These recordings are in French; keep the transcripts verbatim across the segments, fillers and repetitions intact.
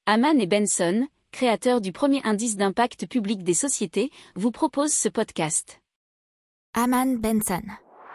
Aman et Benson, créateurs du premier indice d'impact public des sociétés, vous proposent ce podcast. Aman Benson,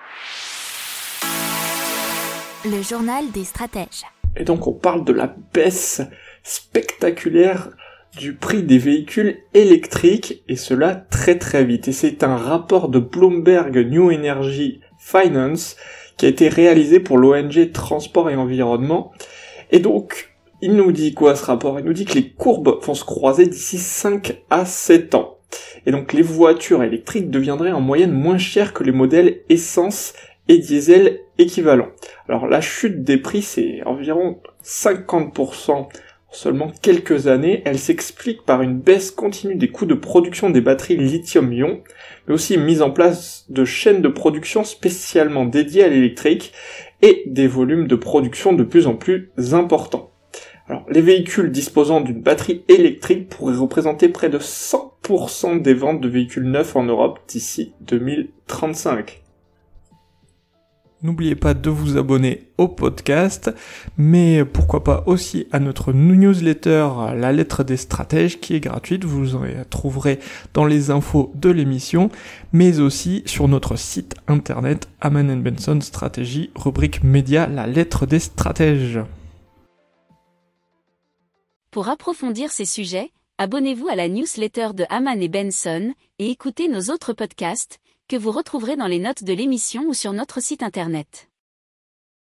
le journal des stratèges. Et donc on parle de la baisse spectaculaire du prix des véhicules électriques, et cela très très vite. Et c'est un rapport de Bloomberg New Energy Finance qui a été réalisé pour l'O N G Transport et Environnement. Et donc, il nous dit quoi ce rapport ? Il nous dit que les courbes vont se croiser d'ici cinq à sept ans. Et donc les voitures électriques deviendraient en moyenne moins chères que les modèles essence et diesel équivalents. Alors la chute des prix, c'est environ cinquante pour cent en seulement quelques années. Elle s'explique par une baisse continue des coûts de production des batteries lithium-ion, mais aussi une mise en place de chaînes de production spécialement dédiées à l'électrique et des volumes de production de plus en plus importants. Alors, les véhicules disposant d'une batterie électrique pourraient représenter près de cent pour cent des ventes de véhicules neufs en Europe d'ici deux mille trente-cinq. N'oubliez pas de vous abonner au podcast, mais pourquoi pas aussi à notre newsletter La Lettre des Stratèges qui est gratuite, vous en trouverez dans les infos de l'émission, mais aussi sur notre site internet Aman and Benson Stratégie, rubrique média La Lettre des Stratèges. Pour approfondir ces sujets, abonnez-vous à la newsletter de Aman et Benson et écoutez nos autres podcasts que vous retrouverez dans les notes de l'émission ou sur notre site internet.